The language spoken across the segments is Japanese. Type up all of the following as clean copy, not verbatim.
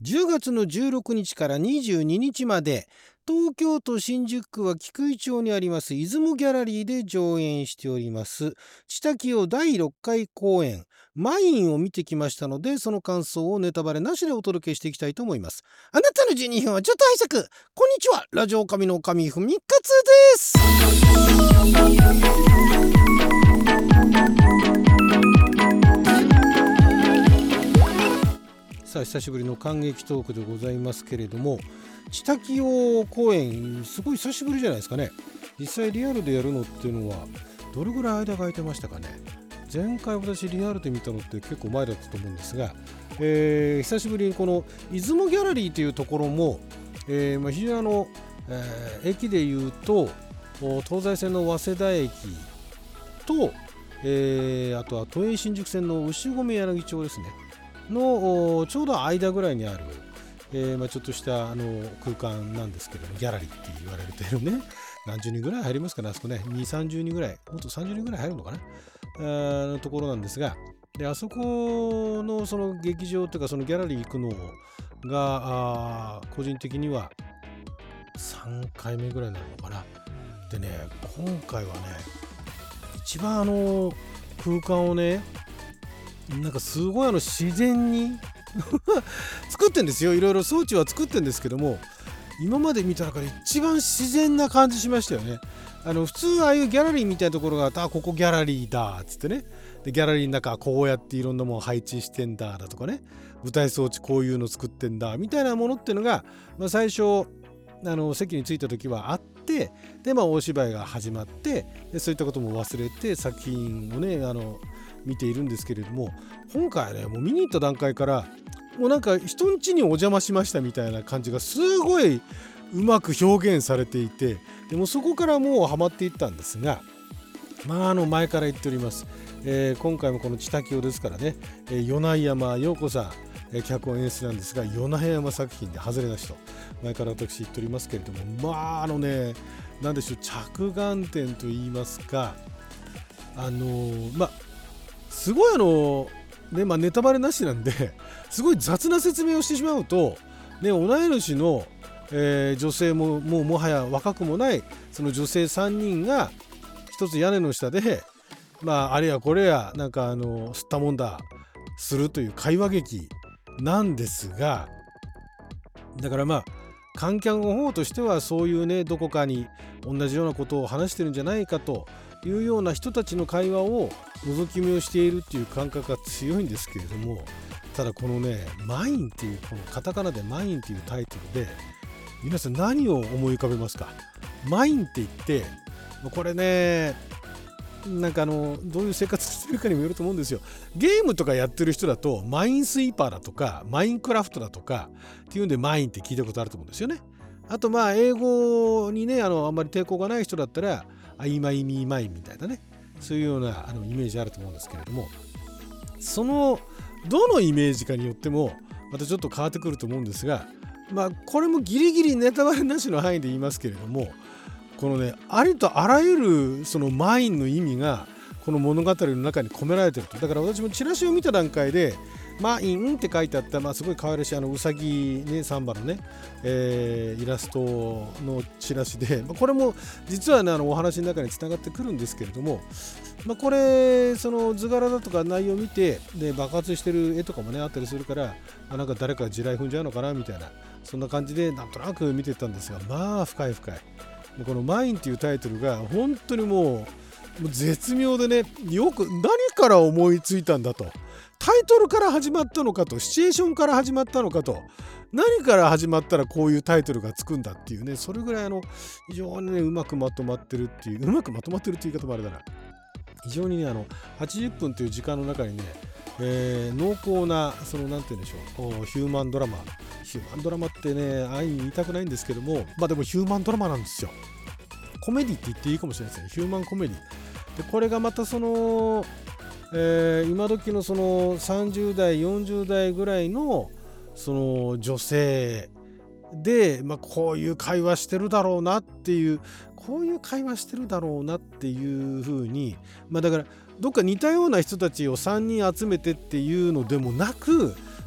10月の16日から22日まで、東京都新宿区は菊井町にあります出雲ギャラリーで上演しております知多清第6回公演マインを見てきましたので、その感想をネタバレなしでお届けしていきたいと思います。あなたの12分はちょっと拝借。こんにちは、ラジオ神の神ふみかつです。さあ、久しぶりの感激トークでございますけれども、知多清公演すごい久しぶりじゃないですかね。実際リアルでやるのっていうのはどれぐらい間が空いてましたかね。前回私リアルで見たのって結構前だったと思うんですが、久しぶりにこの出雲ギャラリーというところも、非常に駅でいうと東西線の早稲田駅と、あとは都営新宿線の牛込柳町ですねのちょうど間ぐらいにある、ちょっとした空間なんですけども、ギャラリーって言われてるね、何十人ぐらい入りますかね、あそこね、2、30人ぐらい、もっと30人ぐらい入るのかなのところなんですが、であそこのその劇場というかそのギャラリー行くのが個人的には3回目ぐらいになるのかな。でね、今回はね一番空間をね、なんかすごい自然に作ってんですよ。いろいろ装置は作ってんですけども、今まで見た中で一番自然な感じしましたよね。普通ああいうギャラリーみたいなところがここギャラリーだっつってね、でギャラリーの中こうやっていろんなもの配置してんだとかね、舞台装置こういうの作ってんだみたいなものっていうのが、最初席に着いた時はあって、でお芝居が始まって、でそういったことも忘れて作品をね見ているんですけれども、今回はねもう見に行った段階からもうなんか人ん家にお邪魔しましたみたいな感じがすごいうまく表現されていて、でもそこからもうハマっていったんですが、前から言っております、今回もこの知多清ですからね、米内山陽子さん、脚本演出なんですが、米内山作品で外れなしと前から私言っておりますけれども、なんでしょう、着眼点といいますか、すごいネタバレなしなんですごい雑な説明をしてしまうと、同い年の、女性ももうもはや若くもないその女性3人が一つ屋根の下で、あれやこれやなんか吸ったもんだするという会話劇なんですが、だから観客の方としてはそういうね、どこかに同じようなことを話してるんじゃないかというような人たちの会話を覗き見をしているっていう感覚が強いんですけれども、ただこのねマインっていう、このカタカナでマインっていうタイトルで皆さん何を思い浮かべますか。マインって言ってこれね、なんかどういう生活してるかにもよると思うんですよ。ゲームとかやってる人だとマインスイーパーだとかマインクラフトだとかっていうんでマインって聞いたことあると思うんですよね。あと英語にねあんまり抵抗がない人だったらアイマイミーマインみたいなね、そういうようなイメージあると思うんですけれども、そのどのイメージかによってもまたちょっと変わってくると思うんですが、これもギリギリネタバレなしの範囲で言いますけれども、このねありとあらゆるそのマインの意味がこの物語の中に込められていると。だから私もチラシを見た段階でマインって書いてあった、すごい可愛らしいうさぎね、サンバのね、イラストのチラシで、これも実はねお話の中につながってくるんですけれども、これその図柄だとか内容を見て、で爆発してる絵とかもねあったりするから、なんか誰か地雷踏んじゃうのかなみたいな、そんな感じでなんとなく見てたんですが、深い。このマインっていうタイトルが本当にもう絶妙でね、よく何から思いついたんだと、タイトルから始まったのかと、シチュエーションから始まったのかと、何から始まったらこういうタイトルがつくんだっていうね、それぐらい非常にねうまくまとまってるっていう、うまくまとまってるっていう言い方もあれだな、非常にね80分という時間の中にね、濃厚なそのなんて言うんでしょう、ヒューマンドラマってね安易に言いたくないんですけども、でもヒューマンドラマなんですよ。コメディって言っていいかもしれないですね。ヒューマンコメディで、これがまたその、今時のその30代40代ぐらいのその女性で、こういう会話してるだろうなっていう風に、だからどっか似たような人たちを3人集めてっていうのでもなく、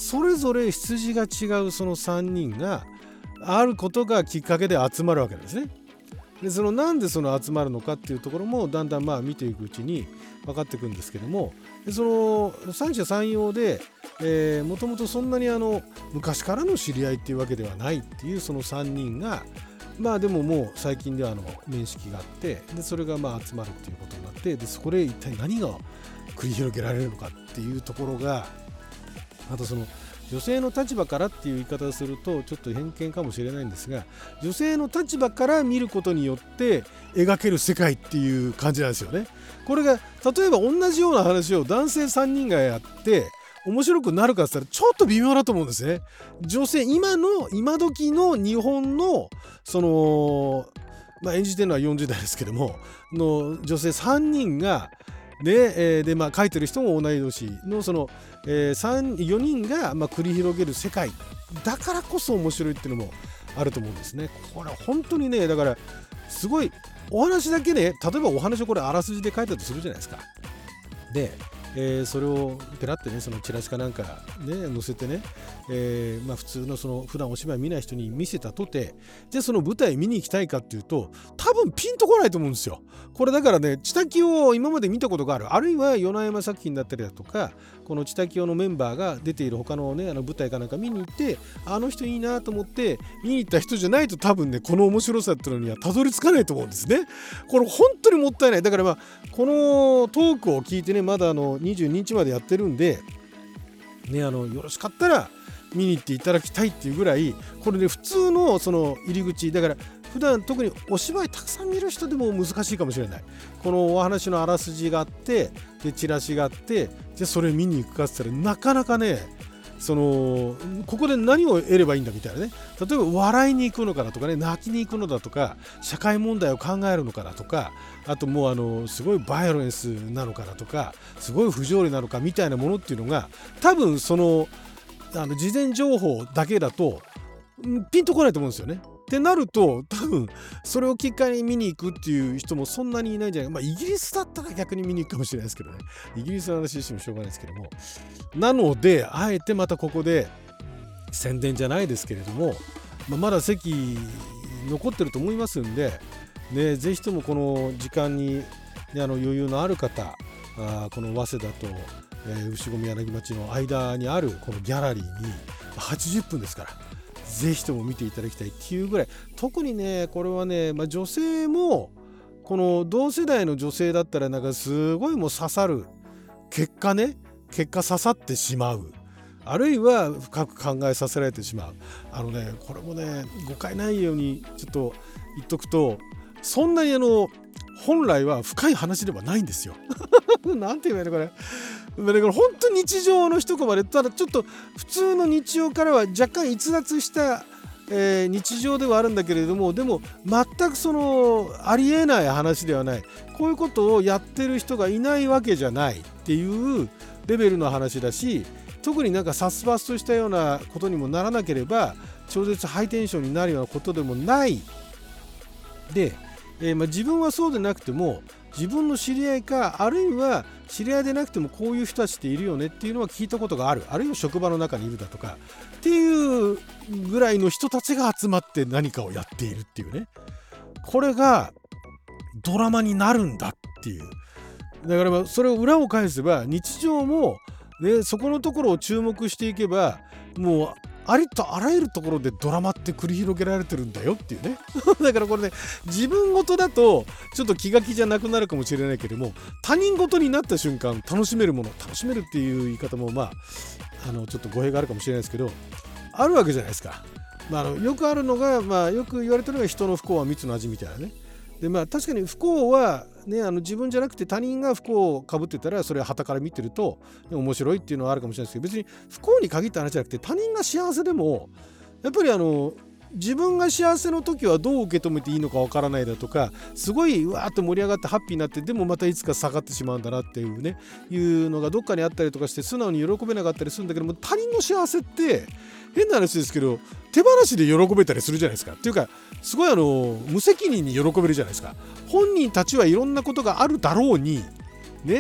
それぞれ羊が違うその3人があることがきっかけで集まるわけなんですね。でなんでその集まるのかっていうところもだんだん見ていくうちに分かっていくんですけども、でその三者三様でもともとそんなに昔からの知り合いっていうわけではないっていうその3人がでももう最近では面識があって、でそれが集まるっていうことになって、でそこで一体何が繰り広げられるのかっていうところが、あとその女性の立場からっていう言い方をするとちょっと偏見かもしれないんですが、女性の立場から見ることによって描ける世界っていう感じなんですよね。これが例えば同じような話を男性3人がやって面白くなるかって言ったらちょっと微妙だと思うんですね。女性今時の日本のその演じてるのは40代ですけどもの女性3人がで書いてる人も同い年のその、4人が繰り広げる世界だからこそ面白いっていうのもあると思うんですね。これは本当にね、だからすごいお話だけね、例えばお話をこれあらすじで書いたとするじゃないですか。でそれをペラってね、そのチラシかなんかね載せてね、普通のその普段お芝居見ない人に見せたとて、じゃあその舞台見に行きたいかっていうと多分ピンとこないと思うんですよ。これだからね、チタキを今まで見たことがある、あるいは与那山作品だったりだとか、このチタキオのメンバーが出ている他のね舞台かなんか見に行って、あの人いいなと思って見に行った人じゃないと多分ねこの面白さっていうのにはたどり着かないと思うんですね。これ本当にもったいない。だからこのトークを聞いてね、まだ22日までやってるんでね、よろしかったら見に行っていただきたいっていうぐらい、これね普通のその入り口だから、普段特にお芝居たくさん見る人でも難しいかもしれない。このお話のあらすじがあって、でチラシがあって、じゃあそれ見に行くかって言ったらなかなかね、ここで何を得ればいいんだみたいなね、例えば笑いに行くのかなとかね、泣きに行くのだとか、社会問題を考えるのかなとか、あともうすごいバイオレンスなのかなとか、すごい不条理なのかみたいなものっていうのが多分事前情報だけだとピンとこないと思うんですよね。ってなると多分それをきっかけに見に行くっていう人もそんなにいないんじゃないか。イギリスだったら逆に見に行くかもしれないですけどね、イギリスの話してもしょうがないですけども、なのであえてまたここで宣伝じゃないですけれども、まだ席残ってると思いますんで、ね、ぜひともこの時間に、ね、余裕のある方、この早稲田と、牛込柳町の間にあるこのギャラリーに80分ですから、ぜひとも見ていただきたいっていうぐらい、特にねこれはね、女性もこの同世代の女性だったらなんかすごいもう刺さる、結果刺さってしまう、あるいは深く考えさせられてしまう。これもね誤解ないようにちょっと言っとくと、そんなに本来は深い話ではないんですよ。なんて言うのこれ。だから本当に日常の一コマで、ただちょっと普通の日常からは若干逸脱した、日常ではあるんだけれども、でも全くありえない話ではない、こういうことをやってる人がいないわけじゃないっていうレベルの話だし、特になんか殺伐としたようなことにもならなければ超絶ハイテンションになるようなことでもないで、自分はそうでなくても自分の知り合いか、あるいは知り合いでなくてもこういう人たちっているよねっていうのは聞いたことがある、あるいは職場の中にいるだとかっていうぐらいの人たちが集まって何かをやっているっていうね、これがドラマになるんだっていう。だからそれを裏を返せば日常も、ね、そこのところを注目していけばもうありとあらゆるところでドラマって繰り広げられてるんだよっていうね。だからこれね、自分事だとちょっと気が気じゃなくなるかもしれないけれども、他人事になった瞬間楽しめるもの、楽しめるっていう言い方もちょっと語弊があるかもしれないですけど、あるわけじゃないですか。よくあるのが、よく言われてるのが人の不幸は蜜の味みたいなね。で確かに不幸はね、自分じゃなくて他人が不幸をかぶってたらそれは傍から見てると面白いっていうのはあるかもしれないですけど、別に不幸に限った話じゃなくて他人が幸せでもやっぱり自分が幸せの時はどう受け止めていいのかわからないだとか、すごいうわーっと盛り上がってハッピーになって、でもまたいつか下がってしまうんだなっていうね、いうのがどっかにあったりとかして素直に喜べなかったりするんだけども、他人の幸せって変な話ですけど手放しで喜べたりするじゃないですか。っていうかすごい無責任に喜べるじゃないですか。本人たちはいろんなことがあるだろうにね、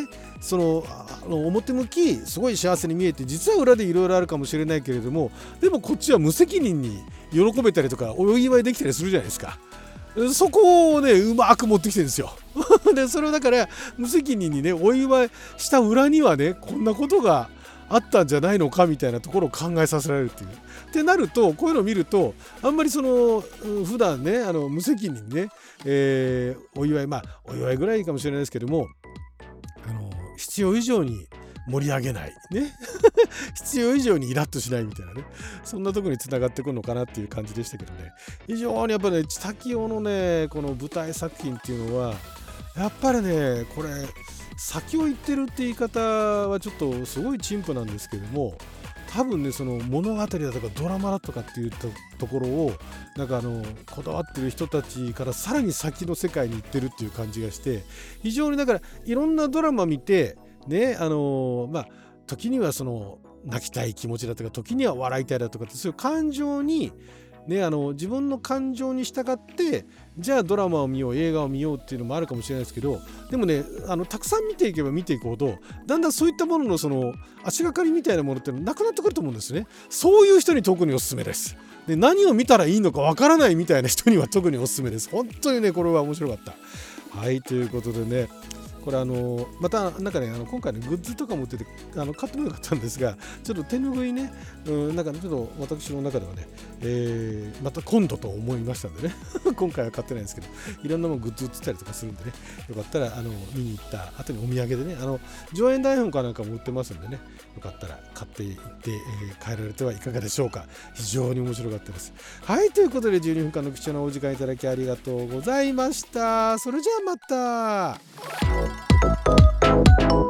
その表向きすごい幸せに見えて、実は裏でいろいろあるかもしれないけれども、でもこっちは無責任に喜べたりとかお祝いできたりするじゃないですか。そこをねうまく持ってきてるんですよでそれをだから無責任にねお祝いした裏にはねこんなことがあったんじゃないのかみたいなところを考えさせられるっていう。ってなるとこういうのを見るとあんまりその普段ね無責任にね、お祝いお祝いぐらいいいかもしれないですけども必要以上に盛り上げないね必要以上にイラッとしないみたいなね、そんなところにつながってくるのかなっていう感じでしたけどね。非常にやっぱりね滝尾のねこの舞台作品っていうのはやっぱりねこれ先を言ってるって言い方はちょっとすごい陳腐なんですけども、多分ねその物語だとかドラマだとかっていうところをなんかこだわってる人たちからさらに先の世界に行ってるっていう感じがして、非常にだからいろんなドラマ見てね時にはその泣きたい気持ちだとか時には笑いたいだとかってそういう感情にね自分の感情に従ってじゃあドラマを見よう映画を見ようっていうのもあるかもしれないですけど、でもねたくさん見ていけば見ていくほどだんだんそういったもののその足がかりみたいなものってなくなってくると思うんですね。そういう人に特におすすめです。で何を見たらいいのかわからないみたいな人には特におすすめです。本当にねこれは面白かった。はいということでねこれまたなんかね今回のグッズとか持ってて買ってもよかったんですが、ちょっと手ぬぐいね、なんかちょっと私の中ではね、また今度と思いましたんでね今回は買ってないんですけどいろんなものグッズ売ってたりとかするんでね、よかったら見に行った後にお土産でね上演台本かなんかも売ってますんでね、よかったら買っていって、帰られてはいかがでしょうか。非常に面白かったです。はいということで12分間の貴重なお時間いただきありがとうございました。それじゃあまた。